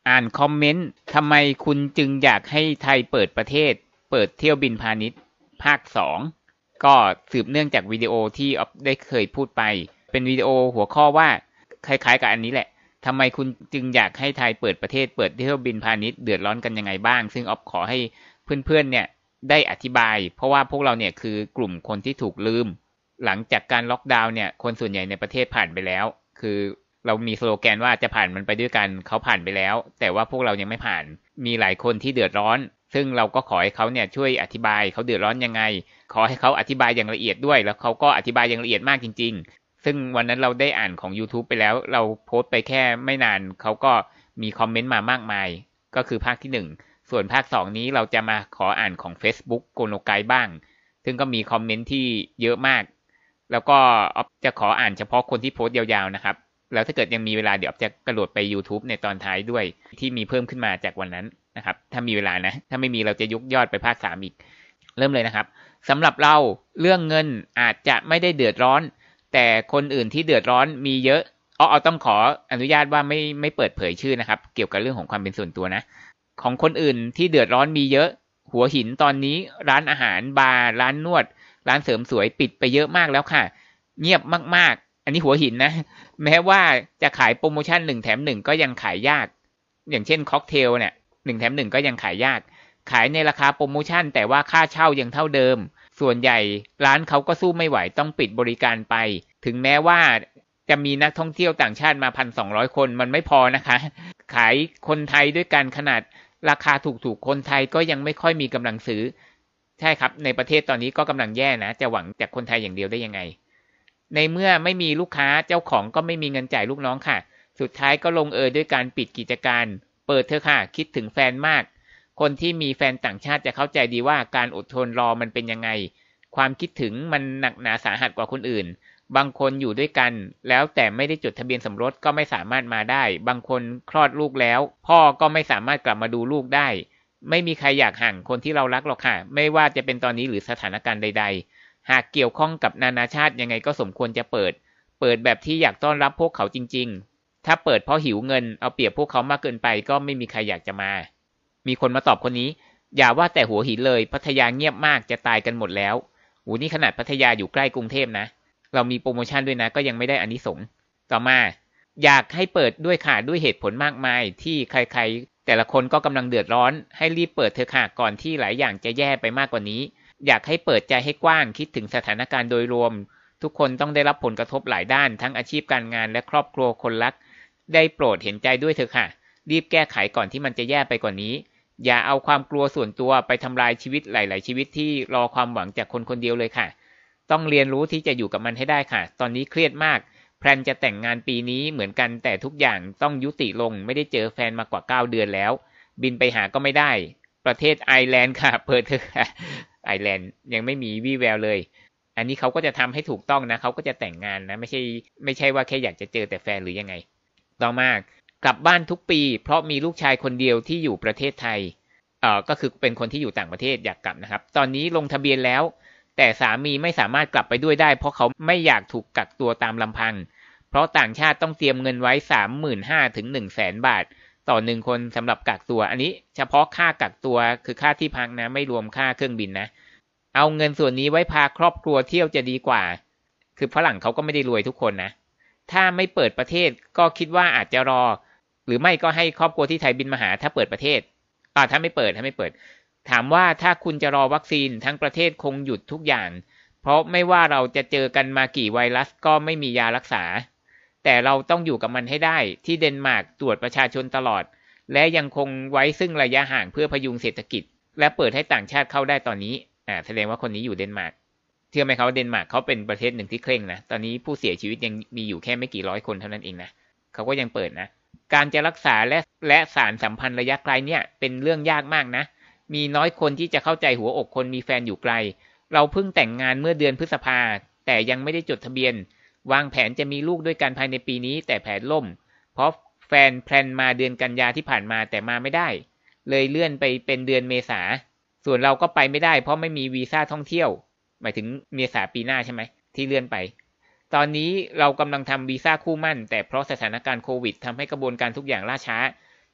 อ่านคอมเมนต์ทำไมคุณจึงอยากให้ไทยเปิดประเทศเปิดเที่ยวบินพาณิชย์ภาค2ก็สืบเนื่องจากวิดีโอที่อ๊อฟได้เคยพูดไปเป็นวิดีโอหัวข้อว่าคล้ายๆกับอันนี้แหละทำไมคุณจึงอยากให้ไทยเปิดประเทศเปิดเที่ยวบินพาณิชย์เดือดร้อนกันยังไงบ้างซึ่งอ๊อฟขอให้เพื่อนๆเนี่ยได้อธิบายเพราะว่าพวกเราเนี่ยคือกลุ่มคนที่ถูกลืมหลังจากการล็อกดาวน์เนี่ยคนส่วนใหญ่ในประเทศผ่านไปแล้วคือเรามีสโลแกนว่าจะผ่านมันไปด้วยกันเขาผ่านไปแล้วแต่ว่าพวกเรายังไม่ผ่านมีหลายคนที่เดือดร้อนซึ่งเราก็ขอให้เขาเนี่ยช่วยอธิบายเขาเดือดร้อนยังไงขอให้เขาอธิบายอย่างละเอียดด้วยแล้วเขาก็อธิบายอย่างละเอียดมากจริงๆซึ่งวันนั้นเราได้อ่านของ YouTube ไปแล้วเราโพสต์ไปแค่ไม่นานเขาก็มีคอมเมนต์มามากมายก็คือภาคที่1ส่วนภาค2นี้เราจะมาขออ่านของ Facebook โกโนไกบ้างซึ่งก็มีคอมเมนต์ที่เยอะมากแล้วก็จะขออ่านเฉพาะคนที่โพสต์ยาวๆนะครับแล้วถ้าเกิดยังมีเวลาเดี๋ยวจะกระโดดไป YouTube ในตอนท้ายด้วยที่มีเพิ่มขึ้นมาจากวันนั้นนะครับถ้ามีเวลานะถ้าไม่มีเราจะยกยอดไปภาค3อีกเริ่มเลยนะครับสำหรับเราเรื่องเงินอาจจะไม่ได้เดือดร้อนแต่คนอื่นที่เดือดร้อนมีเยอะต้องขออนุญาตว่าไม่เปิดเผยชื่อนะครับเกี่ยวกับเรื่องของความเป็นส่วนตัวนะของคนอื่นที่เดือดร้อนมีเยอะหัวหินตอนนี้ร้านอาหารบาร์ร้านนวดร้านเสริมสวยปิดไปเยอะมากแล้วค่ะเงียบมากๆอันนี้หัวหินนะแม้ว่าจะขายโปรโมชั่น1แถม1ก็ยังขายยากอย่างเช่นค็อกเทลเนี่ย1แถม1ก็ยังขายยากขายในราคาโปรโมชั่นแต่ว่าค่าเช่ายังเท่าเดิมส่วนใหญ่ร้านเขาก็สู้ไม่ไหวต้องปิดบริการไปถึงแม้ว่าจะมีนักท่องเที่ยวต่างชาติมา 1,200 คนมันไม่พอนะคะขายคนไทยด้วยกันขนาดราคาถูกๆคนไทยก็ยังไม่ค่อยมีกำลังซื้อใช่ครับในประเทศตอนนี้ก็กำลังแย่นะจะหวังจากคนไทยอย่างเดียวได้ยังไงในเมื่อไม่มีลูกค้าเจ้าของก็ไม่มีเงินจ่ายลูกน้องค่ะสุดท้ายก็ลงด้วยการปิดกิจการเปิดเถอะค่ะคิดถึงแฟนมากคนที่มีแฟนต่างชาติจะเข้าใจดีว่าการอดทนรอมันเป็นยังไงความคิดถึงมันหนักหนาสาหัสกว่าคนอื่นบางคนอยู่ด้วยกันแล้วแต่ไม่ได้จดทะเบียนสมรสก็ไม่สามารถมาได้บางคนคลอดลูกแล้วพ่อก็ไม่สามารถกลับมาดูลูกได้ไม่มีใครอยากห่างคนที่เรารักหรอกค่ะไม่ว่าจะเป็นตอนนี้หรือสถานการณ์ใดๆหากเกี่ยวข้องกับนานาชาติยังไงก็สมควรจะเปิดแบบที่อยากต้อนรับพวกเขาจริงๆถ้าเปิดเพราะหิวเงินเอาเปรียบพวกเขามากเกินไปก็ไม่มีใครอยากจะมามีคนมาตอบคนนี้อย่าว่าแต่หัวหินเลยพัทยาเงียบมากจะตายกันหมดแล้วนี่ขนาดพัทยาอยู่ใกล้กรุงเทพนะเรามีโปรโมชั่นด้วยนะก็ยังไม่ได้อานิสงส์ต่อมาอยากให้เปิดด้วยค่ะด้วยเหตุผลมากมายที่ใครๆแต่ละคนก็กำลังเดือดร้อนให้รีบเปิดเถอะค่ะก่อนที่หลายอย่างจะแย่ไปมากกว่านี้อยากให้เปิดใจให้กว้างคิดถึงสถานการณ์โดยรวมทุกคนต้องได้รับผลกระทบหลายด้านทั้งอาชีพการงานและครอบครัวคนรักได้โปรดเห็นใจด้วยเถอะค่ะรีบแก้ไขก่อนที่มันจะแย่ไปกว่านี้อย่าเอาความกลัวส่วนตัวไปทำลายชีวิตหลายๆชีวิตที่รอความหวังจากคนคนเดียวเลยค่ะต้องเรียนรู้ที่จะอยู่กับมันให้ได้ค่ะตอนนี้เครียดมากแพลนจะแต่งงานปีนี้เหมือนกันแต่ทุกอย่างต้องยุติลงไม่ได้เจอแฟนมากว่า9 เดือนแล้วบินไปหาก็ไม่ได้ประเทศไอร์แลนด์ค่ะเปิดเถอะค่ะไอร์แลนด์ยังไม่มีวี่แววเลยอันนี้เขาก็จะทำให้ถูกต้องนะเขาก็จะแต่งงานนะไม่ใช่ว่าแค่อยากจะเจอแต่แฟนหรือยังไงต่อมากลับบ้านทุกปีเพราะมีลูกชายคนเดียวที่อยู่ประเทศไทยก็คือเป็นคนที่อยู่ต่างประเทศอยากกลับนะครับตอนนี้ลงทะเบียนแล้วแต่สามีไม่สามารถกลับไปด้วยได้เพราะเขาไม่อยากถูกกักตัวตามลำพังเพราะต่างชาติต้องเตรียมเงินไว้ 35,000 ถึง 100,000 บาทต่อ1คนสำหรับกักตัวอันนี้เฉพาะค่ากักตัวคือค่าที่พักนะไม่รวมค่าเครื่องบินนะเอาเงินส่วนนี้ไว้พาครอบครัวเที่ยวจะดีกว่าคือฝรั่งเขาก็ไม่ได้รวยทุกคนนะถ้าไม่เปิดประเทศก็คิดว่าอาจจะรอหรือไม่ก็ให้ครอบครัวที่ไทยบินมาหาถ้าเปิดประเทศถ้าไม่เปิดถามว่าถ้าคุณจะรอวัคซีนทั้งประเทศคงหยุดทุกอย่างเพราะไม่ว่าเราจะเจอกันมากี่ไวรัสก็ไม่มียารักษาแต่เราต้องอยู่กับมันให้ได้ที่เดนมาร์กตรวจประชาชนตลอดและยังคงไว้ซึ่งระยะห่างเพื่อพยุงเศรษฐกิจและเปิดให้ต่างชาติเข้าได้ตอนนี้แสดงว่าคนนี้อยู่เดนมาร์กเชื่อไหมเขาเดนมาร์กเขาเป็นประเทศหนึ่งที่เคร่งนะตอนนี้ผู้เสียชีวิตยังมีอยู่แค่ไม่กี่ร้อยคนเท่านั้นเองนะเขาก็ยังเปิดนะการจะรักษาและสารสัมพันธ์ระยะไกลเนี่ยเป็นเรื่องยากมากนะมีน้อยคนที่จะเข้าใจหัวอกคนมีแฟนอยู่ไกลเราเพิ่งแต่งงานเมื่อเดือนพฤษภาแต่ยังไม่ได้จดทะเบียนวางแผนจะมีลูกด้วยกันภายในปีนี้แต่แผนล่มเพราะแฟนแพลนมาเดือนกันยาที่ผ่านมาแต่มาไม่ได้เลยเลื่อนไปเป็นเดือนเมษาส่วนเราก็ไปไม่ได้เพราะไม่มีวีซ่าท่องเที่ยวหมายถึงเมษาปีหน้าใช่ไหมที่เลื่อนไปตอนนี้เรากำลังทำวีซ่าคู่หมั้นแต่เพราะสถานการณ์โควิดทำให้กระบวนการทุกอย่างล่าช้า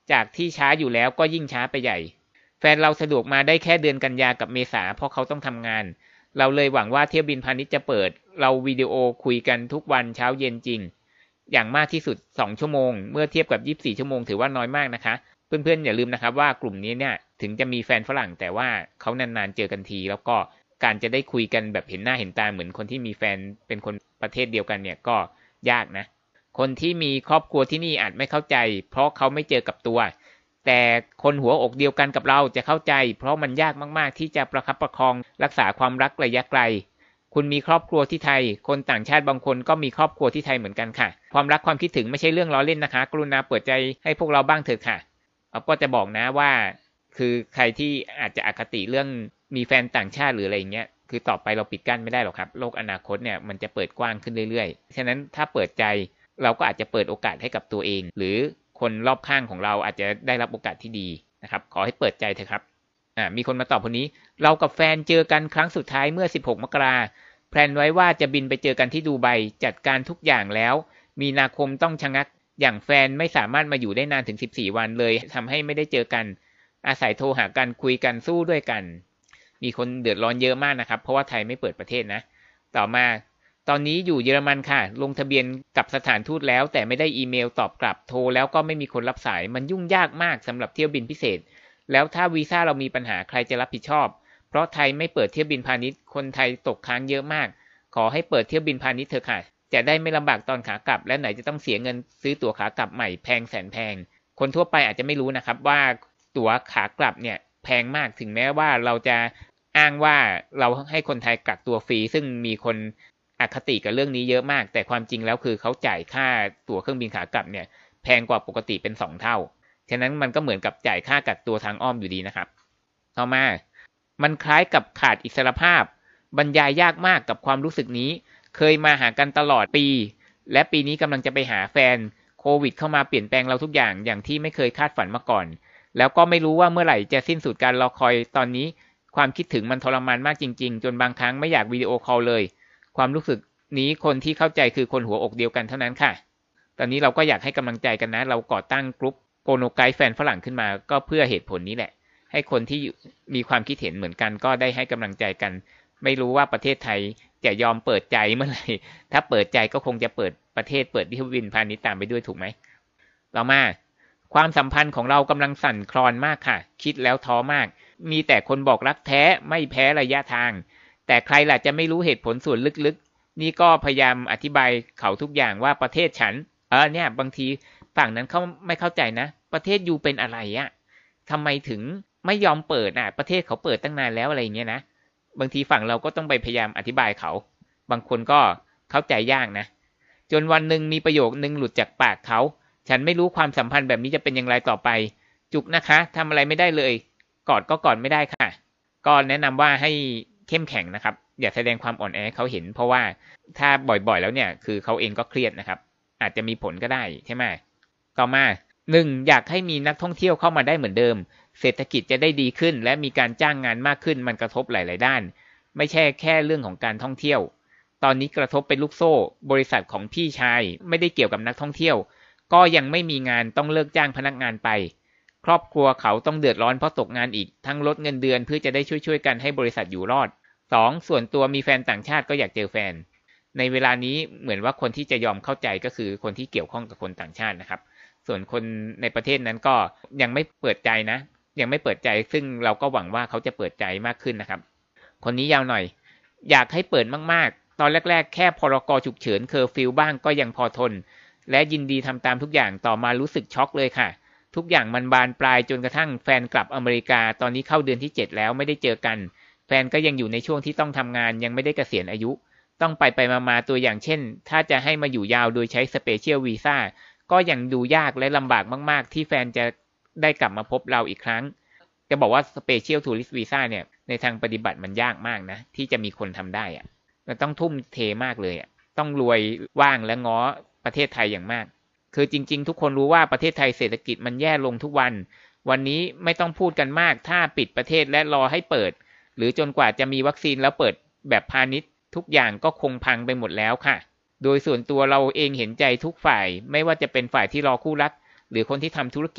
จากที่ช้าอยู่แล้วก็ยิ่งช้าไปใหญ่แฟนเราสะดวกมาได้แค่เดือนกันยากับเมษาเพราะเขาต้องทำงานเราเลยหวังว่าเที่ยวบินพาณิชย์จะเปิดเราวิดีโอคุยกันทุกวันเช้าเย็นจริงอย่างมากที่สุด2ชั่วโมงเมื่อเทียบกับ24ชั่วโมงถือว่าน้อยมากนะคะเพื่อนๆอย่าลืมนะครับว่ากลุ่มนี้เนี่ยถึงจะมีแฟนฝรั่งแต่ว่าเขานานๆเจอกันทีแล้วก็การจะได้คุยกันแบบเห็นหน้าเห็นตาเหมือนคนที่มีแฟนเป็นคนประเทศเดียวกันเนี่ยก็ยากนะคนที่มีครอบครัวที่นี่อาจไม่เข้าใจเพราะเขาไม่เจอกับตัวแต่คนหัวอกเดียวกันกับเราจะเข้าใจเพราะมันยากมากๆที่จะประคับประคองรักษาความรักระยะไกลคุณมีครอบครัวที่ไทยคนต่างชาติบางคนก็มีครอบครัวที่ไทยเหมือนกันค่ะความรักความคิดถึงไม่ใช่เรื่องล้อเล่นนะคะกรุณาเปิดใจให้พวกเราบ้างเถิดค่ะก็จะบอกนะว่าคือใครที่อาจจะอคติเรื่องมีแฟนต่างชาติหรืออะไรอย่างเงี้ยคือต่อไปเราปิดกั้นไม่ได้หรอกครับโลกอนาคตเนี่ยมันจะเปิดกว้างขึ้นเรื่อยๆฉะนั้นถ้าเปิดใจเราก็อาจจะเปิดโอกาสให้กับตัวเองหรือคนรอบข้างของเราอาจจะได้รับโอกาสที่ดีนะครับขอให้เปิดใจเถอะครับมีคนมาตอบคนนี้เรากับแฟนเจอกันครั้งสุดท้ายเมื่อ16มกราแพลนไว้ว่าจะบินไปเจอกันที่ดูไบจัดการทุกอย่างแล้วมีนาคมต้องชะงักอย่างแฟนไม่สามารถมาอยู่ได้นานถึง14วันเลยทำให้ไม่ได้เจอกันอาศัยโทรหากันคุยกันสู้ด้วยกันมีคนเดือดร้อนเยอะมากนะครับเพราะว่าไทยไม่เปิดประเทศนะต่อมาตอนนี้อยู่เยอรมันค่ะลงทะเบียนกับสถานทูตแล้วแต่ไม่ได้อีเมลตอบกลับโทรแล้วก็ไม่มีคนรับสายมันยุ่งยากมากสำหรับเที่ยวบินพิเศษแล้วถ้าวีซ่าเรามีปัญหาใครจะรับผิดชอบเพราะไทยไม่เปิดเที่ยวบินพาณิชย์คนไทยตกค้างเยอะมากขอให้เปิดเที่ยวบินพาณิชย์เถอะค่ะจะได้ไม่ลำบากตอนขากลับและไหนจะต้องเสียเงินซื้อตั๋วขากลับใหม่แพงแสนแพงคนทั่วไปอาจจะไม่รู้นะครับว่าตั๋วขากลับเนี่ยแพงมากถึงแม้ว่าเราจะอ้างว่าเราให้คนไทยกักตัวฟรีซึ่งมีคนอคติกับเรื่องนี้เยอะมากแต่ความจริงแล้วคือเขาจ่ายค่าตั๋วเครื่องบินขากลับเนี่ยแพงกว่าปกติเป็น2เท่าฉะนั้นมันก็เหมือนกับจ่ายค่ากักตัวทางอ้อมอยู่ดีนะครับต่อมามันคล้ายกับขาดอิสรภาพบรรยายยากมากกับความรู้สึกนี้เคยมาหากันตลอดปีและปีนี้กำลังจะไปหาแฟนโควิดเข้ามาเปลี่ยนแปลงเราทุกอย่างที่ไม่เคยคาดฝันมาก่อนแล้วก็ไม่รู้ว่าเมื่อไหร่จะสิ้นสุดการรอคอยตอนนี้ความคิดถึงมันทรมานมากจริงๆจนบางครั้งไม่อยากวิดีโอคอลเลยความรู้สึกนี้คนที่เข้าใจคือคนหัวอกเดียวกันเท่านั้นค่ะตอนนี้เราก็อยากให้กำลังใจกันนะเราก่อตั้งกลุ่มโกโนไกด์แฟนฝรั่งขึ้นมาก็เพื่อเหตุผลนี้แหละให้คนที่มีความคิดเห็นเหมือนกันก็ได้ให้กำลังใจกันไม่รู้ว่าประเทศไทยจะยอมเปิดใจเมื่อไหร่ถ้าเปิดใจก็คงจะเปิดประเทศเปิดที่บินพาณิชย์ตามไปด้วยถูกไหมต่อมาความสัมพันธ์ของเรากำลังสั่นคลอนมากค่ะคิดแล้วท้อมากมีแต่คนบอกรักแท้ไม่แพ้ระยะทางแต่ใครล่ะจะไม่รู้เหตุผลส่วนลึกๆนี่ก็พยายามอธิบายเขาทุกอย่างว่าประเทศฉันเนี่ยบางทีฝั่งนั้นเขาไม่เข้าใจนะประเทศยูเป็นอะไรอะทำไมถึงไม่ยอมเปิดประเทศเขาเปิดตั้งนานแล้วอะไรเงี้ยนะบางทีฝั่งเราก็ต้องไปพยายามอธิบายเขาบางคนก็เข้าใจยากนะจนวันหนึ่งมีประโยคนึงหลุดจากปากเขาฉันไม่รู้ความสัมพันธ์แบบนี้จะเป็นอย่างไรต่อไปจุกนะคะทำอะไรไม่ได้เลยกอดก็กอดไม่ได้ค่ะก็แนะนำว่าให้เข้มแข็งนะครับอย่าแสดงความอ่อนแอเขาเห็นเพราะว่าถ้าบ่อยๆแล้วเนี่ยคือเขาเองก็เครียดนะครับอาจจะมีผลก็ได้ใช่ไหมต่อมา1อยากให้มีนักท่องเที่ยวเข้ามาได้เหมือนเดิมเศรษฐกิจจะได้ดีขึ้นและมีการจ้างงานมากขึ้นมันกระทบหลายๆด้านไม่ใช่แค่เรื่องของการท่องเที่ยวตอนนี้กระทบเป็นลูกโซ่บริษัทของพี่ชายไม่ได้เกี่ยวกับนักท่องเที่ยวก็ยังไม่มีงานต้องเลิกจ้างพนักงานไปครอบครัวเขาต้องเดือดร้อนเพราะตกงานอีกทั้งลดเงินเดือนเพื่อจะได้ช่วยกันให้บริษัทอยู่รอด2ส่วนตัวมีแฟนต่างชาติก็อยากเจอแฟนในเวลานี้เหมือนว่าคนที่จะยอมเข้าใจก็คือคนที่เกี่ยวข้องกับคนต่างชาตินะครับส่วนคนในประเทศนั้นก็ยังไม่เปิดใจนะยังไม่เปิดใจซึ่งเราก็หวังว่าเขาจะเปิดใจมากขึ้นนะครับคนนี้ยาวหน่อยอยากให้เปิดมากๆตอนแรกๆแค่พรกฉุกเฉินเคอร์ฟิวบ้างก็ยังพอทนและยินดีทำตามทุกอย่างต่อมารู้สึกช็อกเลยค่ะทุกอย่างมันบานปลายจนกระทั่งแฟนกลับอเมริกาตอนนี้เข้าเดือนที่7แล้วไม่ได้เจอกันแฟนก็ยังอยู่ในช่วงที่ต้องทำงานยังไม่ได้เกษียณอายุต้องไปมาตัวอย่างเช่นถ้าจะให้มาอยู่ยาวโดยใช้สเปเชียลวีซ่าก็ยังดูยากและลำบากมากๆที่แฟนจะได้กลับมาพบเราอีกครั้งจะบอกว่าสเปเชียลทัวริสต์วีซ่าเนี่ยในทางปฏิบัติมันยากมากนะที่จะมีคนทำได้อะมันต้องทุ่มเทมากเลยต้องรวยว่างและง้อประเทศไทยอย่างมากคือจริงๆทุกคนรู้ว่าประเทศไทยเศรษฐกิจมันแย่ลงทุกวันนี้ไม่ต้องพูดกันมากถ้าปิดประเทศและรอให้เปิดหรือจนกว่าจะมีวัคซีนแล้วเปิดแบบพาณิชย์ทุกอย่างก็คงพังไปหมดแล้วค่ะโดยส่วนตัวเราเองเห็นใจทุกฝ่ายไม่ว่าจะเป็นฝ่ายที่รอคู่รักหรือคนที่ทำธุรกิจ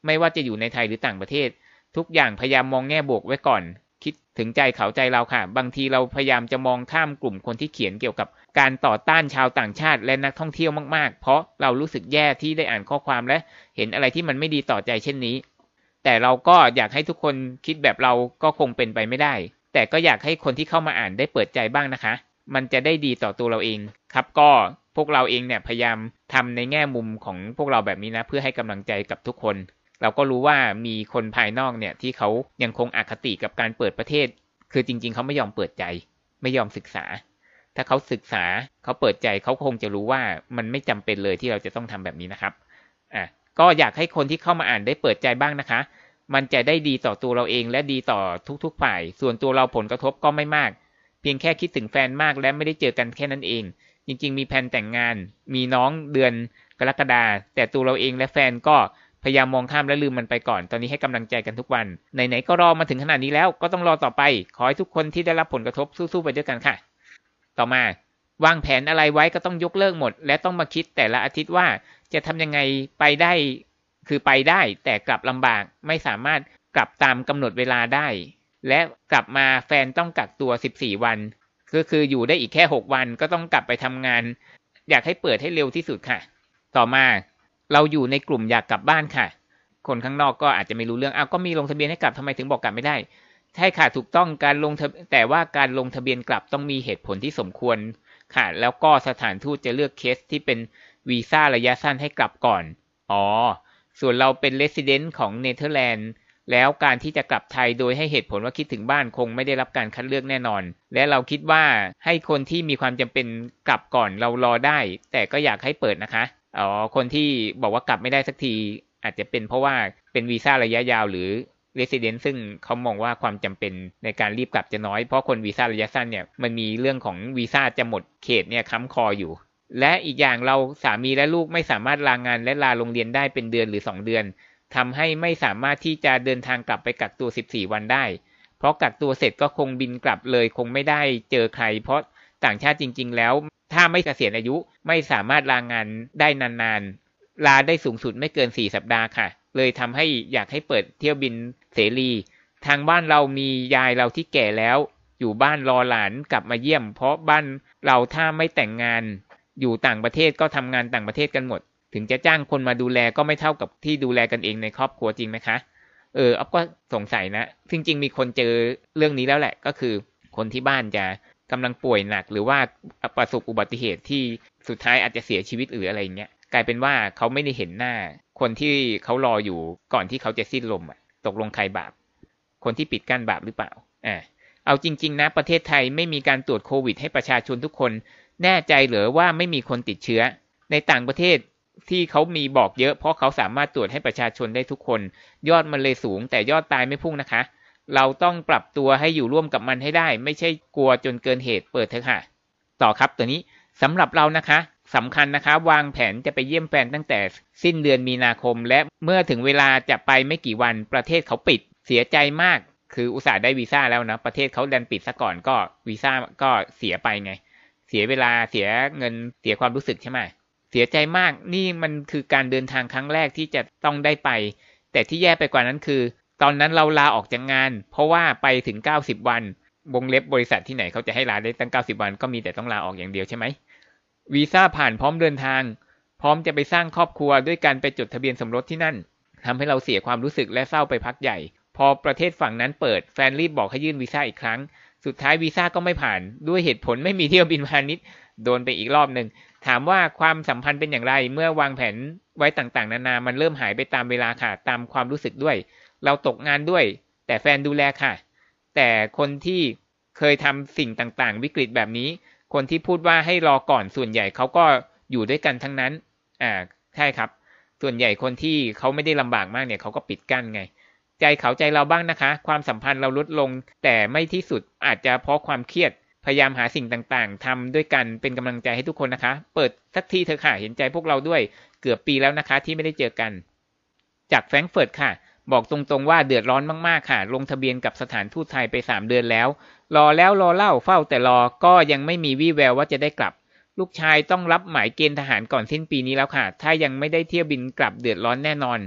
ไม่ว่าจะอยู่ในไทยหรือต่างประเทศทุกอย่างพยายามมองแง่บวกไว้ก่อนคิดถึงใจเขาใจเราค่ะบางทีเราพยายามจะมองข้ามกลุ่มคนที่เขียนเกี่ยวกับการต่อต้านชาวต่างชาติและนักท่องเที่ยวมากๆเพราะเรารู้สึกแย่ที่ได้อ่านข้อความและเห็นอะไรที่มันไม่ดีต่อใจเช่นนี้แต่เราก็อยากให้ทุกคนคิดแบบเราก็คงเป็นไปไม่ได้แต่ก็อยากให้คนที่เข้ามาอ่านได้เปิดใจบ้างนะคะมันจะได้ดีต่อตัวเราเองครับก็พวกเราเองเนี่ยพยายามทำในแง่มุมของพวกเราแบบนี้นะเพื่อให้กำลังใจกับทุกคนเราก็รู้ว่ามีคนภายนอกเนี่ยที่เขายังคงอคติกับการเปิดประเทศคือจริงๆเขาไม่ยอมเปิดใจไม่ยอมศึกษาถ้าเขาศึกษาเขาเปิดใจเขาคงจะรู้ว่ามันไม่จำเป็นเลยที่เราจะต้องทำแบบนี้นะครับก็อยากให้คนที่เข้ามาอ่านได้เปิดใจบ้างนะคะมันจะได้ดีต่อตัวเราเองและดีต่อทุกๆฝ่ายส่วนตัวเราผลกระทบก็ไม่มากเพียงแค่คิดถึงแฟนมากและไม่ได้เจอกันแค่นั้นเองจริงๆมีแผนแต่งงานมีน้องเดือนกรกฎาคมแต่ตัวเราเองและแฟนก็พยายามมองข้ามและลืมมันไปก่อนตอนนี้ให้กำลังใจกันทุกวันไหนๆก็รอมาถึงขนาดนี้แล้วก็ต้องรอต่อไปขอให้ทุกคนที่ได้รับผลกระทบสู้ๆไปด้วยกันค่ะต่อมาวางแผนอะไรไว้ก็ต้องยกเลิกหมดและต้องมาคิดแต่ละอาทิตย์ว่าจะทำยังไงไปได้คือไปได้แต่กลับลำบากไม่สามารถกลับตามกำหนดเวลาได้และกลับมาแฟนต้องกักตัว14วันก็คืออยู่ได้อีกแค่6วันก็ต้องกลับไปทำงานอยากให้เปิดให้เร็วที่สุดค่ะต่อมาเราอยู่ในกลุ่มอยากกลับบ้านค่ะคนข้างนอกก็อาจจะไม่รู้เรื่องก็มีลงทะเบียนให้กลับทำไมถึงบอกกลับไม่ได้ใช่ค่ะถูกต้องการลงแต่ว่าการลงทะเบียนกลับต้องมีเหตุผลที่สมควรค่ะแล้วก็สถานทูตจะเลือกเคสที่เป็นวีซ่าระยะสั้นให้กลับก่อนส่วนเราเป็นเรสซิเดนต์ของเนเธอร์แลนด์แล้วการที่จะกลับไทยโดยให้เหตุผลว่าคิดถึงบ้านคงไม่ได้รับการคัดเลือกแน่นอนและเราคิดว่าให้คนที่มีความจำเป็นกลับก่อนเรารอได้แต่ก็อยากให้เปิดนะคะคนที่บอกว่ากลับไม่ได้สักทีอาจจะเป็นเพราะว่าเป็นวีซ่าระยะยาวหรือResident ซึ่งเขามองว่าความจำเป็นในการรีบกลับจะน้อยเพราะคนวีซ่าระยะสั้นเนี่ยมันมีเรื่องของวีซ่าจะหมดเขตเนี่ยค้ำคออยู่และอีกอย่างเราสามีและลูกไม่สามารถลางานและลาโรงเรียนได้เป็นเดือนหรือ2เดือนทำให้ไม่สามารถที่จะเดินทางกลับไปกักตัว14วันได้เพราะกักตัวเสร็จก็คงบินกลับเลยคงไม่ได้เจอใครเพราะต่างชาติจริงๆแล้วถ้าไม่เกษียณอายุไม่สามารถลางานได้นานๆลาได้สูงสุดไม่เกิน4สัปดาห์ค่ะเลยทำให้อยากให้เปิดเที่ยวบินเสรีทางบ้านเรามียายเราที่แก่แล้วอยู่บ้านรอหลานกลับมาเยี่ยมเพราะบ้านเราถ้าไม่แต่งงานอยู่ต่างประเทศก็ทำงานต่างประเทศกันหมดถึงจะจ้างคนมาดูแลก็ไม่เท่ากับที่ดูแลกันเองในครอบครัวจริงไหมคะอ๊อฟก็สงสัยนะจริงๆมีคนเจอเรื่องนี้แล้วแหละก็คือคนที่บ้านจะกำลังป่วยหนักหรือว่าประสบอุบัติเหตุที่สุดท้ายอาจจะเสียชีวิตหรืออะไรเงี้ยกลายเป็นว่าเขาไม่ได้เห็นหน้าคนที่เขารออยู่ก่อนที่เขาจะสิ้นลมตกลงใครบาปคนที่ปิดกั้นบาปหรือเปล่าเอาจริงๆนะประเทศไทยไม่มีการตรวจโควิดให้ประชาชนทุกคนแน่ใจเหรอว่าไม่มีคนติดเชื้อในต่างประเทศที่เขามีบอกเยอะเพราะเขาสามารถตรวจให้ประชาชนได้ทุกคนยอดมันเลยสูงแต่ยอดตายไม่พุ่งนะคะเราต้องปรับตัวให้อยู่ร่วมกับมันให้ได้ไม่ใช่กลัวจนเกินเหตุเปิดเถอะค่ะต่อครับตัวนี้สำหรับเรานะคะสำคัญนะคะวางแผนจะไปเยี่ยมแฟนตั้งแต่สิ้นเดือนมีนาคมและเมื่อถึงเวลาจะไปไม่กี่วันประเทศเขาปิดเสียใจมากคืออุตส่าห์ได้วีซ่าแล้วนะประเทศเขาดันปิดซะก่อนก็วีซ่าก็เสียไปไงเสียเวลาเสียเงินเสียความรู้สึกใช่ไหมเสียใจมากนี่มันคือการเดินทางครั้งแรกที่จะต้องได้ไปแต่ที่แย่ไปกว่านั้นคือตอนนั้นเราลาออกจากงานเพราะว่าไปถึง90วันวงเล็บบริษัทที่ไหนเขาจะให้ลาได้ตั้ง90วันก็มีแต่ต้องลาออกอย่างเดียวใช่ไหมวีซ่าผ่านพร้อมเดินทางพร้อมจะไปสร้างครอบครัวด้วยการไปจดทะเบียนสมรสที่นั่นทำให้เราเสียความรู้สึกและเศร้าไปพักใหญ่พอประเทศฝั่งนั้นเปิดแฟนรีบบอกให้ยื่นวีซ่าอีกครั้งสุดท้ายวีซ่าก็ไม่ผ่านด้วยเหตุผลไม่มีเที่ยวบินพาณิชย์โดนไปอีกรอบนึงถามว่าความสัมพันธ์เป็นอย่างไรเมื่อวางแผนไว้ต่างๆนานามันเริ่มหายไปตามเวลาค่ะตามความรู้สึกด้วยเราตกงานด้วยแต่แฟนดูแลค่ะแต่คนที่เคยทำสิ่งต่างๆวิกฤตแบบนี้คนที่พูดว่าให้รอก่อนส่วนใหญ่เขาก็อยู่ด้วยกันทั้งนั้นใช่ครับส่วนใหญ่คนที่เขาไม่ได้ลำบากมากเนี่ยเขาก็ปิดกั้นไงใจเขาใจเราบ้างนะคะความสัมพันธ์เราลดลงแต่ไม่ที่สุดอาจจะเพราะความเครียดพยายามหาสิ่งต่างๆทำด้วยกันเป็นกำลังใจให้ทุกคนนะคะเปิดสักทีเถอะค่ะเห็นใจพวกเราด้วยเกือบปีแล้วนะคะที่ไม่ได้เจอกันจากแฟรงก์เฟิร์ตค่ะบอกตรงๆว่าเดือดร้อนมากๆค่ะลงทะเบียนกับสถานทูตไทยไป3เดือนแล้วรอแล้วรอเล่าเฝ้าแต่รอก็ยังไม่มีวี่แววว่าจะได้กลับลูกชายต้องรับหมายเกณฑ์ทหารก่อนสิ้นปีนี้แล้วค่ะถ้ายังไม่ได้เที่ยวบินกลับเดือดร้อนแน่นอน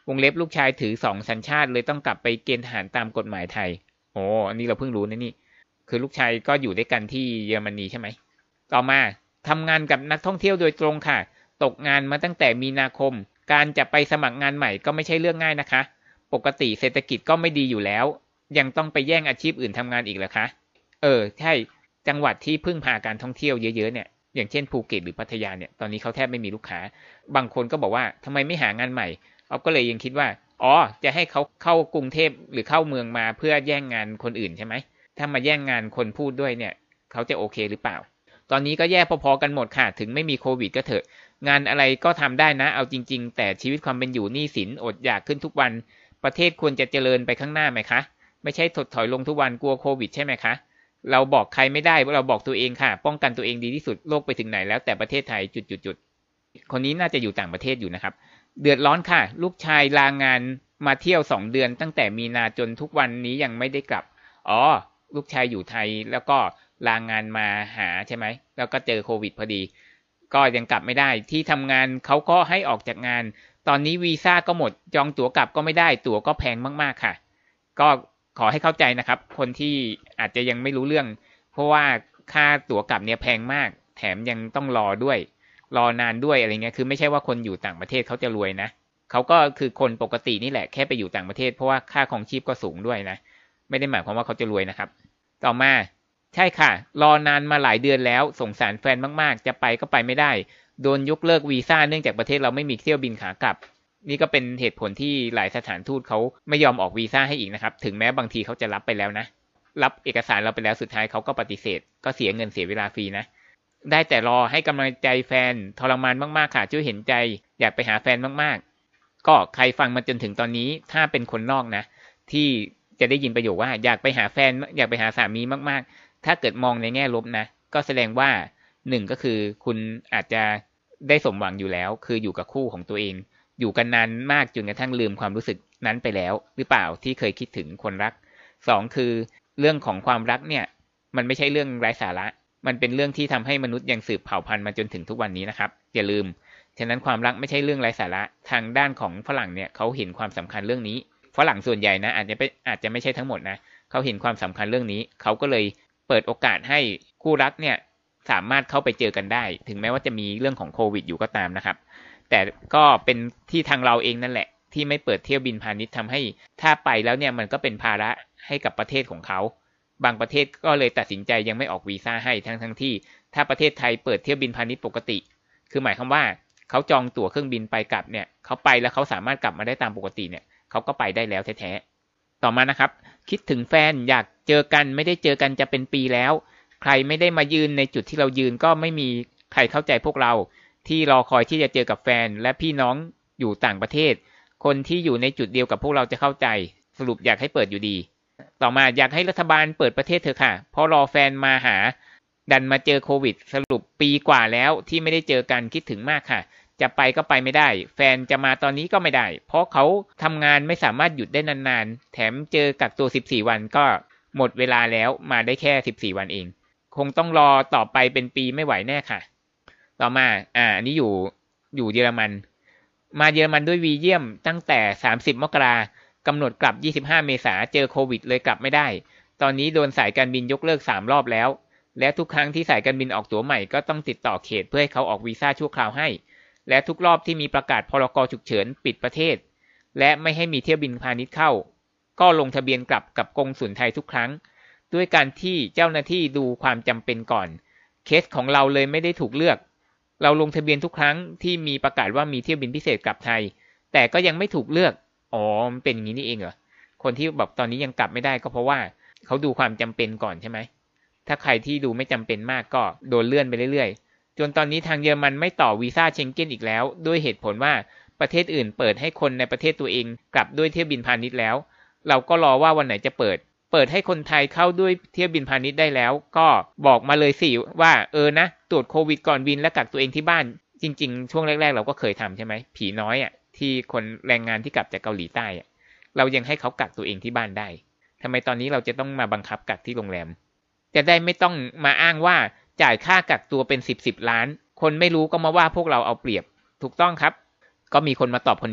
วงเล็บลูกชายถือ2สัญชาติเลยต้องกลับไปเกณฑ์ทหารตามกฎหมายไทยโอ้อันนี้เราเพิ่งรู้นะนี่คือลูกชายก็อยู่ด้วยกันที่เยอรมนีใช่ไหมต่อมาทำงานกับนักท่องเที่ยวโดยตรงค่ะตกงานมาตั้งแต่มีนาคมการจะไปสมัครงานใหม่ก็ไม่ใช่เรื่องง่ายนะคะปกติเศรษฐกิจก็ไม่ดีอยู่แล้วยังต้องไปแย่งอาชีพอื่นทำงานอีกเหรอคะใช่จังหวัดที่พึ่งพาการท่องเที่ยวเยอะๆเนี่ยอย่างเช่นภูเก็ตหรือพัทยาเนี่ยตอนนี้เขาแทบไม่มีลูกค้าบางคนก็บอกว่าทำไมไม่หางานใหม่เอาก็เลยยังคิดว่าจะให้เขาเข้ากรุงเทพหรือเข้าเมืองมาเพื่อแย่งงานคนอื่นใช่ไหมถ้ามาแย่งงานคนพูดด้วยเนี่ยเขาจะโอเคหรือเปล่าตอนนี้ก็แย่พอๆกันหมดค่ะถึงไม่มีโควิดก็เถอะงานอะไรก็ทำได้นะเอาจริงๆแต่ชีวิตความเป็นอยู่หนี้สินอดอยากขึ้นทุกวันประเทศควรจะเจริญไปข้างหน้าไหมคะไม่ใช่ถดถอยลงทุกวันกลัวโควิดใช่ไหมคะเราบอกใครไม่ได้เราบอกตัวเองค่ะป้องกันตัวเองดีที่สุดโลกไปถึงไหนแล้วแต่ประเทศไทยจุดๆคนนี้น่าจะอยู่ต่างประเทศอยู่นะครับเดือดร้อนค่ะลูกชายลางานมาเที่ยว2เดือนตั้งแต่มีนาจนทุกวันนี้ยังไม่ได้กลับลูกชายอยู่ไทยแล้วก็ลางานมาหาใช่ไหมแล้วก็เจอโควิดพอดีก็ยังกลับไม่ได้ที่ทำงานเขาก็ให้ออกจากงานตอนนี้วีซ่าก็หมดจองตั๋วกลับก็ไม่ได้ตั๋วก็แพงมากๆค่ะก็ขอให้เข้าใจนะครับคนที่อาจจะยังไม่รู้เรื่องเพราะว่าค่าตั๋วกลับเนี่ยแพงมากแถมยังต้องรอด้วยรอนานด้วยอะไรเงี้ยคือไม่ใช่ว่าคนอยู่ต่างประเทศเขาจะรวยนะเขาก็คือคนปกตินี่แหละแค่ไปอยู่ต่างประเทศเพราะว่าค่าครองชีพก็สูงด้วยนะไม่ได้หมายความว่าเขาจะรวยนะครับต่อมาใช่ค่ะรอนานมาหลายเดือนแล้วสงสารแฟนมากๆจะไปก็ไปไม่ได้โดนยกเลิกวีซ่าเนื่องจากประเทศเราไม่มีเที่ยวบินขากลับนี่ก็เป็นเหตุผลที่หลายสถานทูตเขาไม่ยอมออกวีซ่าให้อีกนะครับถึงแม้บางทีเขาจะรับไปแล้วนะรับเอกสารเราไปแล้วสุดท้ายเขาก็ปฏิเสธก็เสียเงินเสียเวลาฟรีนะได้แต่รอให้กำลังใจแฟนทรมานมากๆค่ะช่วยเห็นใจอยากไปหาแฟนมากๆก็ใครฟังมาจนถึงตอนนี้ถ้าเป็นคนนอกนะที่จะได้ยินประโยคว่าอยากไปหาแฟนอยากไปหาสามีมากๆถ้าเกิดมองในแง่ลบนะก็แสดงว่า1ก็คือคุณอาจจะได้สมหวังอยู่แล้วคืออยู่กับคู่ของตัวเองอยู่กันนานมากจนกระทั่งลืมความรู้สึกนั้นไปแล้วหรือเปล่าที่เคยคิดถึงคนรัก2คือเรื่องของความรักเนี่ยมันไม่ใช่เรื่องไร้สาระมันเป็นเรื่องที่ทำให้มนุษย์ยังสืบเผ่าพันธุ์มาจนถึงทุกวันนี้นะครับอย่าลืมฉะนั้นความรักไม่ใช่เรื่องไร้สาระทางด้านของฝรั่งเนี่ยเขาเห็นความสำคัญเรื่องนี้ฝรั่งส่วนใหญ่นะอาจจะไม่ใช่ทั้งหมดนะเขาเห็นความสำคัญเรื่องนี้เขาก็เลยเปิดโอกาสให้คู่รักเนี่ยสามารถเข้าไปเจอกันได้ถึงแม้ว่าจะมีเรื่องของโควิดอยู่ก็ตามนะครับแต่ก็เป็นที่ทางเราเองนั่นแหละที่ไม่เปิดเที่ยวบินพาณิชย์ทำให้ถ้าไปแล้วเนี่ยมันก็เป็นภาระให้กับประเทศของเขาบางประเทศก็เลยตัดสินใจยังไม่ออกวีซ่าให้ทั้งที่ถ้าประเทศไทยเปิดเที่ยวบินพาณิชย์ปกติคือหมายความว่าเขาจองตั๋วเครื่องบินไปกลับเนี่ยเขาไปแล้วเขาสามารถกลับมาได้ตามปกติเนี่ยเขาก็ไปได้แล้วแท้ๆต่อมานะครับคิดถึงแฟนอยากเจอกันไม่ได้เจอกันจะเป็นปีแล้วใครไม่ได้มายืนในจุดที่เรายืนก็ไม่มีใครเข้าใจพวกเราที่รอคอยที่จะเจอกับแฟนและพี่น้องอยู่ต่างประเทศคนที่อยู่ในจุดเดียวกับพวกเราจะเข้าใจสรุปอยากให้เปิดอยู่ดีต่อมาอยากให้รัฐบาลเปิดประเทศเถอะค่ะเพราะรอแฟนมาหาดันมาเจอโควิดสรุปปีกว่าแล้วที่ไม่ได้เจอกันคิดถึงมากค่ะจะไปก็ไปไม่ได้แฟนจะมาตอนนี้ก็ไม่ได้เพราะเขาทำงานไม่สามารถหยุดได้นานๆแถมเจอกักตัว14วันก็หมดเวลาแล้วมาได้แค่14วันเองคงต้องรอต่อไปเป็นปีไม่ไหวแน่ค่ะต่อมาอันนี้อยู่เยอรมันมาเยอรมันด้วยวีเยี่ยมตั้งแต่30มกรากำหนดกลับ25เมษาเจอโควิดเลยกลับไม่ได้ตอนนี้โดนสายการบินยกเลิก3รอบแล้วและทุกครั้งที่สายการบินออกตั๋วใหม่ก็ต้องติดต่อเขตเพื่อให้เขาออกวีซ่าชั่วคราวให้และทุกรอบที่มีประกาศพรกฉุกเฉินปิดประเทศและไม่ให้มีเที่ยวบินพาณิชย์เข้าก็ลงทะเบียนกลับกับกงสุลไทยทุกครั้งด้วยการที่เจ้าหน้าที่ดูความจำเป็นก่อนเคสของเราเลยไม่ได้ถูกเลือกเราลงทะเบียนทุกครั้งที่มีประกาศว่ามีเที่ยวบินพิเศษกลับไทยแต่ก็ยังไม่ถูกเลือกมันเป็นอย่างนี้นี่เองเหรอคนที่แบบตอนนี้ยังกลับไม่ได้ก็เพราะว่าเขาดูความจำเป็นก่อนใช่ไหมถ้าใครที่ดูไม่จำเป็นมากก็โดนเลื่อนไปเรื่อยๆจนตอนนี้ทางเยอรมันไม่ต่อวีซ่าเชงเก้นอีกแล้วด้วยเหตุผลว่าประเทศอื่นเปิดให้คนในประเทศตัวเองกลับด้วยเที่ยวบินพาณิชย์แล้วเราก็รอว่าวันไหนจะเปิดให้คนไทยเข้าด้วยเที่ยวบินพาณิชย์ได้แล้วก็บอกมาเลยสิว่านะตรวจโควิดก่อนบินและกักตัวเองที่บ้านจริงๆช่วงแรกๆเราก็เคยทำใช่ไหมผีน้อยที่คนแรงงานที่กลับจากเกาหลีใต้เรายังให้เขากักตัวเองที่บ้านได้ทำไมตอนนี้เราจะต้องมาบังคับกักที่โรงแรมจะได้ไม่ต้องมาอ้างว่าจ่ายค่ากักตัวเป็น10ล้านคนไม่รู้ก็มาว่าพวกเราเอาเปรียบถูกต้องครับก็มีคนมาตอบคนนี้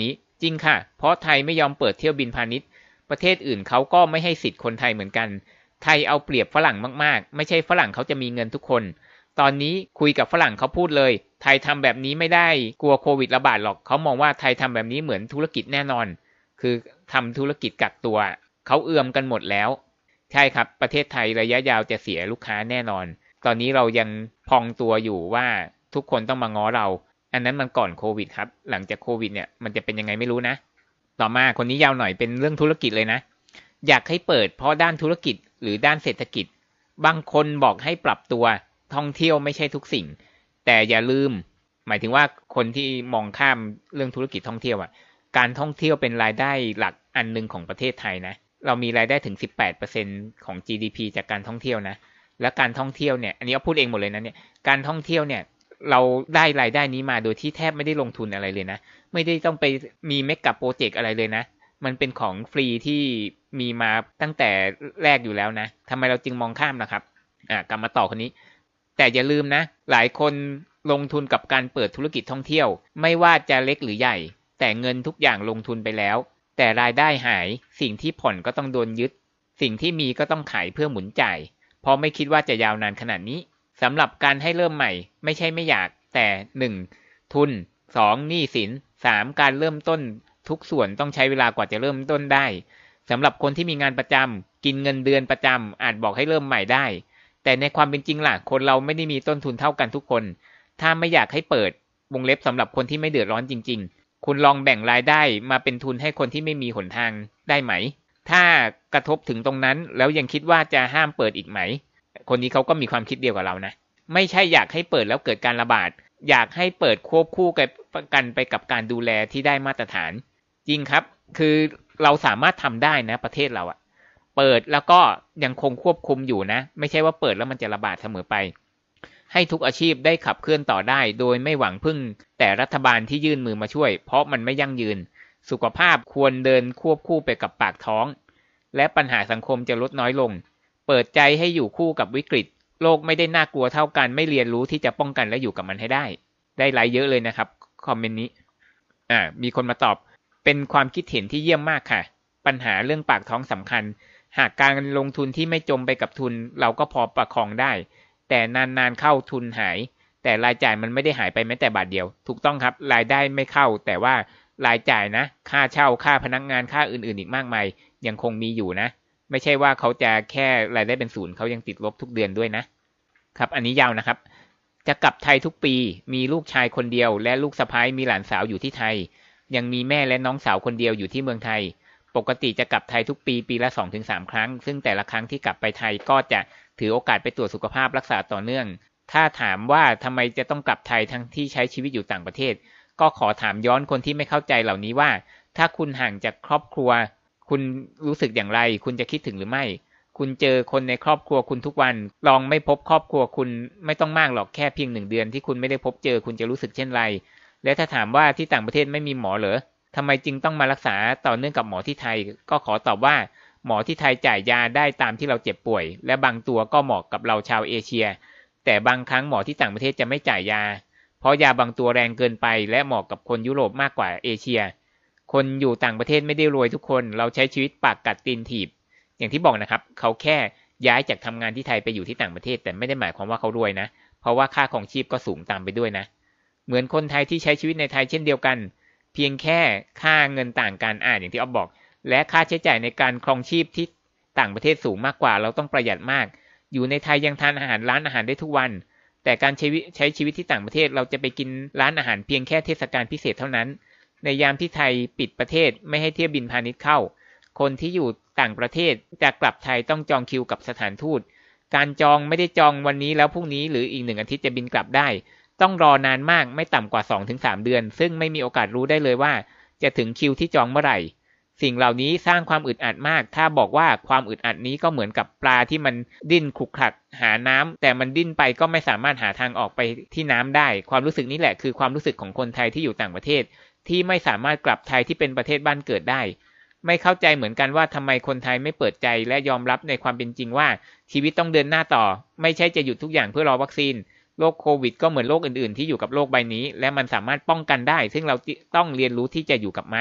จริงค่ะเพราะไทยไม่ยอมเปิดเที่ยวบินพาณิชย์ประเทศอื่นเขาก็ไม่ให้สิทธิ์คนไทยเหมือนกันไทยเอาเปรียบฝรั่งมากๆไม่ใช่ฝรั่งเขาจะมีเงินทุกคนตอนนี้คุยกับฝรั่งเขาพูดเลยไทยทำแบบนี้ไม่ได้กลัวโควิดระบาดหรอกเขามองว่าไทยทำแบบนี้เหมือนธุรกิจแน่นอนคือทำธุรกิจกักตัวเขาเอือมกันหมดแล้วใช่ครับประเทศไทยระยะยาวจะเสียลูกค้าแน่นอนตอนนี้เรายังพองตัวอยู่ว่าทุกคนต้องมาง้อเราอันนั้นมันก่อนโควิดครับหลังจากโควิดเนี่ยมันจะเป็นยังไงไม่รู้นะต่อมาคนนี้ยาวหน่อยเป็นเรื่องธุรกิจเลยนะอยากให้เปิดเพราะด้านธุรกิจหรือด้านเศรษฐกิจบางคนบอกให้ปรับตัวท่องเที่ยวไม่ใช่ทุกสิ่งแต่อย่าลืมหมายถึงว่าคนที่มองข้ามเรื่องธุรกิจท่องเที่ยวอ่ะการท่องเที่ยวเป็นรายได้หลักอันนึงของประเทศไทยนะเรามีรายได้ถึง 18% ของ GDP จากการท่องเที่ยวนะและการท่องเที่ยวเนี่ยอันนี้เอาพูดเองหมดเลยนะเนี่ยการท่องเที่ยวเนี่ยเราได้รายได้นี้มาโดยที่แทบไม่ได้ลงทุนอะไรเลยนะไม่ได้ต้องไปมีเมกะโปรเจกต์อะไรเลยนะมันเป็นของฟรีที่มีมาตั้งแต่แรกอยู่แล้วนะทำไมเราจึงมองข้ามนะครับกลับมาต่อคนนี้แต่อย่าลืมนะหลายคนลงทุนกับการเปิดธุรกิจท่องเที่ยวไม่ว่าจะเล็กหรือใหญ่แต่เงินทุกอย่างลงทุนไปแล้วแต่รายได้หายสิ่งที่ผ่อนก็ต้องโดนยึดสิ่งที่มีก็ต้องขายเพื่อหมุนจ่ายเพราะไม่คิดว่าจะยาวนานขนาดนี้สำหรับการให้เริ่มใหม่ไม่ใช่ไม่อยากแต่ 1. ทุน 2. หนี้สิน 3. การเริ่มต้นทุกส่วนต้องใช้เวลากว่าจะเริ่มต้นได้สำหรับคนที่มีงานประจำกินเงินเดือนประจำอาจบอกให้เริ่มใหม่ได้แต่ในความเป็นจริงล่ะคนเราไม่ได้มีต้นทุนเท่ากันทุกคนถ้าไม่อยากให้เปิดวงเล็บสำหรับคนที่ไม่เดือดร้อนจริงๆคุณลองแบ่งรายได้มาเป็นทุนให้คนที่ไม่มีหนทางได้ไหมถ้ากระทบถึงตรงนั้นแล้วยังคิดว่าจะห้ามเปิดอีกไหมคนนี้เขาก็มีความคิดเดียวกับเรานะไม่ใช่อยากให้เปิดแล้วเกิดการระบาดอยากให้เปิดควบคู่กันไปกับการดูแลที่ได้มาตรฐานจริงครับคือเราสามารถทำได้นะประเทศเราอะเปิดแล้วก็ยังคงควบคุมอยู่นะไม่ใช่ว่าเปิดแล้วมันจะระบาดเสมอไปให้ทุกอาชีพได้ขับเคลื่อนต่อได้โดยไม่หวังพึ่งแต่รัฐบาลที่ยื่นมือมาช่วยเพราะมันไม่ยั่งยืนสุขภาพควรเดินควบคู่ไปกับปากท้องและปัญหาสังคมจะลดน้อยลงเปิดใจให้อยู่คู่กับวิกฤตโลกไม่ได้น่ากลัวเท่ากันไม่เรียนรู้ที่จะป้องกันและอยู่กับมันให้ได้ไลค์เยอะเลยนะครับคอมเมนต์นี้มีคนมาตอบเป็นความคิดเห็นที่เยี่ยมมากค่ะปัญหาเรื่องปากท้องสำคัญหากการลงทุนที่ไม่จมไปกับทุนเราก็พอประคองได้แต่นานๆเข้าทุนหายแต่รายจ่ายมันไม่ได้หายไปแม้แต่บาทเดียวถูกต้องครับรายได้ไม่เข้าแต่ว่ารายจ่ายนะค่าเช่าค่าพนักงานค่าอื่นๆอีกมากมายยังคงมีอยู่นะไม่ใช่ว่าเขาจะแค่รายได้เป็นศูนย์เขายังติดลบทุกเดือนด้วยนะครับอันนี้ยาวนะครับจะกลับไทยทุกปีมีลูกชายคนเดียวและลูกสะใภ้มีหลานสาวอยู่ที่ไทยยังมีแม่และน้องสาวคนเดียวอยู่ที่เมืองไทยปกติจะกลับไทยทุกปีละ 2-3 ครั้งซึ่งแต่ละครั้งที่กลับไปไทยก็จะถือโอกาสไปตรวจสุขภาพรักษาต่อเนื่องถ้าถามว่าทำไมจะต้องกลับไทยทั้งที่ใช้ชีวิตอยู่ต่างประเทศก็ขอถามย้อนคนที่ไม่เข้าใจเหล่านี้ว่าถ้าคุณห่างจากครอบครัวคุณรู้สึกอย่างไรคุณจะคิดถึงหรือไม่คุณเจอคนในครอบครัวคุณทุกวันลองไม่พบครอบครัวคุณไม่ต้องมากหรอกแค่เพียง1 เดือนที่คุณไม่ได้พบเจอคุณจะรู้สึกเช่นไรและถ้าถามว่าที่ต่างประเทศไม่มีหมอเหรอทำไมจึงต้องมารักษาต่อเนื่องกับหมอที่ไทยก็ขอตอบว่าหมอที่ไทยจ่ายยาได้ตามที่เราเจ็บป่วยและบางตัวก็เหมาะกับเราชาวเอเชียแต่บางครั้งหมอที่ต่างประเทศจะไม่จ่ายยาเพราะยาบางตัวแรงเกินไปและเหมาะกับคนยุโรปมากกว่าเอเชียคนอยู่ต่างประเทศไม่ได้รวยทุกคนเราใช้ชีวิตปากกัดตีนถีบอย่างที่บอกนะครับเขาแค่ย้ายจากทำงานที่ไทยไปอยู่ที่ต่างประเทศแต่ไม่ได้หมายความว่าเขารวยนะเพราะว่าค่าครองชีพก็สูงตามไปด้วยนะเหมือนคนไทยที่ใช้ชีวิตในไทยเช่นเดียวกันเพียงแค่ค่าเงินต่างกันอย่างที่อ๊อฟบอกและค่าใช้จ่ายในการครองชีพที่ต่างประเทศสูงมากกว่าเราต้องประหยัดมากอยู่ในไทยยังทานอาหารร้านอาหารได้ทุกวันแต่การใช้ชีวิตที่ต่างประเทศเราจะไปกินร้านอาหารเพียงแค่เทศกาลพิเศษเท่านั้นในยามที่ไทยปิดประเทศไม่ให้เที่ยวบินพาณิชย์เข้าคนที่อยู่ต่างประเทศจะกลับไทยต้องจองคิวกับสถานทูตการจองไม่ได้จองวันนี้แล้วพรุ่งนี้หรืออีก1 อาทิตย์จะบินกลับได้ต้องรอนานมากไม่ต่ำกว่า 2-3 เดือนซึ่งไม่มีโอกาสรู้ได้เลยว่าจะถึงคิวที่จองเมื่อไหร่สิ่งเหล่านี้สร้างความอึดอัดมากถ้าบอกว่าความอึดอัดนี้ก็เหมือนกับปลาที่มันดิ้นขลุกขลักหาน้ำแต่มันดิ้นไปก็ไม่สามารถหาทางออกไปที่น้ำได้ความรู้สึกนี้แหละคือความรู้สึกของคนไทยที่อยู่ต่างประเทศที่ไม่สามารถกลับไทยที่เป็นประเทศบ้านเกิดได้ไม่เข้าใจเหมือนกันว่าทำไมคนไทยไม่เปิดใจและยอมรับในความเป็นจริงว่าชีวิตต้องเดินหน้าต่อไม่ใช่จะหยุดทุกอย่างเพื่อรอวัคซีนโรคโควิดก็เหมือนโรคอื่นๆที่อยู่กับโลกใบนี้และมันสามารถป้องกันได้ซึ่งเราต้องเรียนรู้ที่จะอยู่กับมัน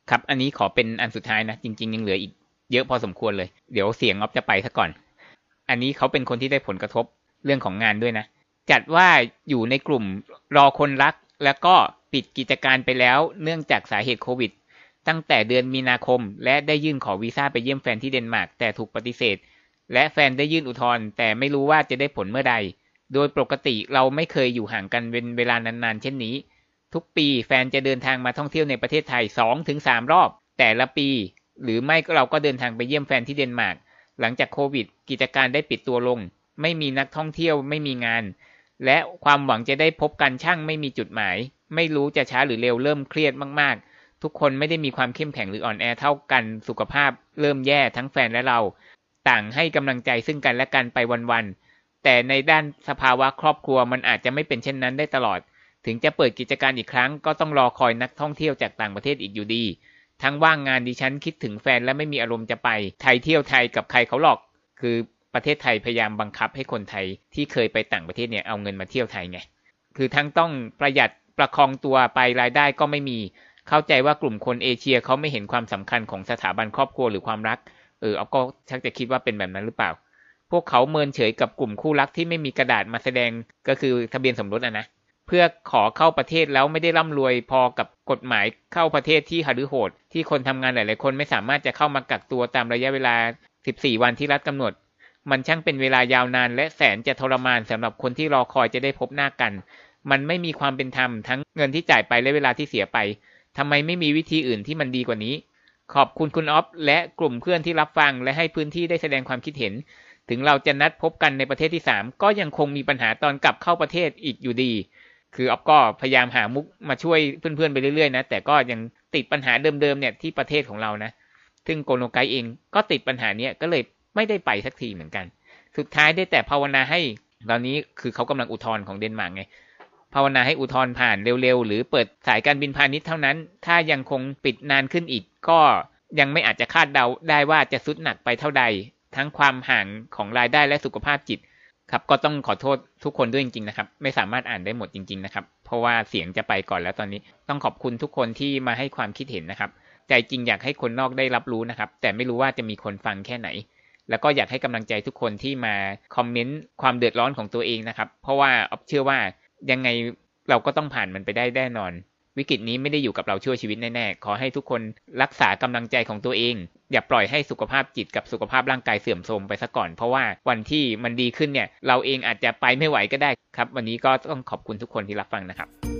ครับอันนี้ขอเป็นอันสุดท้ายนะจริงๆยังเหลืออีกเยอะพอสมควรเลยเดี๋ยวเสียงออฟจะไปซะก่อนอันนี้เขาเป็นคนที่ได้ผลกระทบเรื่องของงานด้วยนะจัดว่าอยู่ในกลุ่มรอคนรักแล้วก็ปิดกิจการไปแล้วเนื่องจากสาเหตุโควิดตั้งแต่เดือนมีนาคมและได้ยื่นขอวีซ่าไปเยี่ยมแฟนที่เดนมาร์กแต่ถูกปฏิเสธและแฟนได้ยื่นอุทธรณ์แต่ไม่รู้ว่าจะได้ผลเมื่อใดโดยปกติเราไม่เคยอยู่ห่างกันเป็นเวลานานๆเช่นนี้ทุกปีแฟนจะเดินทางมาท่องเที่ยวในประเทศไทย 2-3 รอบแต่ละปีหรือไม่ก็เราก็เดินทางไปเยี่ยมแฟนที่เดนมาร์กหลังจากโควิดกิจการได้ปิดตัวลงไม่มีนักท่องเที่ยวไม่มีงานและความหวังจะได้พบกันช่างไม่มีจุดหมายไม่รู้จะช้าหรือเร็วเริ่มเครียดมากๆทุกคนไม่ได้มีความเข้มแข็งหรืออ่อนแอเท่ากันสุขภาพเริ่มแย่ทั้งแฟนและเราต่างให้กำลังใจซึ่งกันและกันไปวันๆแต่ในด้านสภาวะครอบครัวมันอาจจะไม่เป็นเช่นนั้นได้ตลอดถึงจะเปิดกิจการอีกครั้งก็ต้องรอคอยนักท่องเที่ยวจากต่างประเทศอีกอยู่ดีทั้งว่างงานดิฉันคิดถึงแฟนและไม่มีอารมณ์จะไปไทยเที่ยวไทยกับใครเขาหรอกคือประเทศไทยพยายามบังคับให้คนไทยที่เคยไปต่างประเทศเนี่ยเอาเงินมาเที่ยวไทยไงคือทั้งต้องประหยัดประคองตัวไปรายได้ก็ไม่มีเข้าใจว่ากลุ่มคนเอเชียเขาไม่เห็นความสำคัญของสถาบันครอบครัวหรือความรักเอาก็ชักจะคิดว่าเป็นแบบนั้นหรือเปล่าพวกเขาเมินเฉยกับกลุ่มคู่รักที่ไม่มีกระดาษมาแสดงก็คือทะเบียนสมรสนะเพื่อขอเข้าประเทศแล้วไม่ได้ร่ำรวยพอกับกฎหมายเข้าประเทศที่หฤโหดที่คนทำงานหลายๆคนไม่สามารถจะเข้ามากักตัวตามระยะเวลา14 วันที่รัฐกำหนดมันช่างเป็นเวลายาวนานและแสนจะทรมานสำหรับคนที่รอคอยจะได้พบหน้ากันมันไม่มีความเป็นธรรมทั้งเงินที่จ่ายไปและเวลาที่เสียไปทำไมไม่มีวิธีอื่นที่มันดีกว่านี้ขอบคุณคุณอ๊อฟและกลุ่มเพื่อนที่รับฟังและให้พื้นที่ได้แสดงความคิดเห็นถึงเราจะนัดพบกันในประเทศที่3ก็ยังคงมีปัญหาตอนกลับเข้าประเทศอีกอยู่ดีคืออ๊อฟก็พยายามหามุกมาช่วยเพื่อนๆไปเรื่อยๆนะแต่ก็ยังติดปัญหาเดิมๆเนี่ยที่ประเทศของเรานะซึ่งโกโนไกเองก็ติดปัญหานี้ก็เลยไม่ได้ไปสักทีเหมือนกันสุดท้ายได้แต่ภาวนาให้ตอนนี้คือเขากำลังอุทธรณ์ของเดนมาร์กไงภาวนาให้อุทธรณ์ผ่านเร็วๆหรือเปิดสายการบินพาณิชย์เท่านั้นถ้ายังคงปิดนานขึ้นอีกก็ยังไม่อาจจะคาดเดาได้ว่าจะสุดหนักไปเท่าใดทั้งความห่างของรายได้และสุขภาพจิตครับก็ต้องขอโทษทุกคนด้วยจริงๆนะครับไม่สามารถอ่านได้หมดจริงๆนะครับเพราะว่าเสียงจะไปก่อนแล้วตอนนี้ต้องขอบคุณทุกคนที่มาให้ความคิดเห็นนะครับใจจริงอยากให้คนนอกได้รับรู้นะครับแต่ไม่รู้ว่าจะมีคนฟังแค่ไหนแล้วก็อยากให้กำลังใจทุกคนที่มาคอมเมนต์ความเดือดร้อนของตัวเองนะครับเพราะว่าอ๊อฟเชื่อว่ายังไงเราก็ต้องผ่านมันไปได้แน่นอนวิกฤตนี้ไม่ได้อยู่กับเราชั่วชีวิตแน่ๆขอให้ทุกคนรักษากำลังใจของตัวเองอย่าปล่อยให้สุขภาพจิตกับสุขภาพร่างกายเสื่อมโทรมไปซะก่อนเพราะว่าวันที่มันดีขึ้นเนี่ยเราเองอาจจะไปไม่ไหวก็ได้ครับวันนี้ก็ต้องขอบคุณทุกคนที่รับฟังนะครับ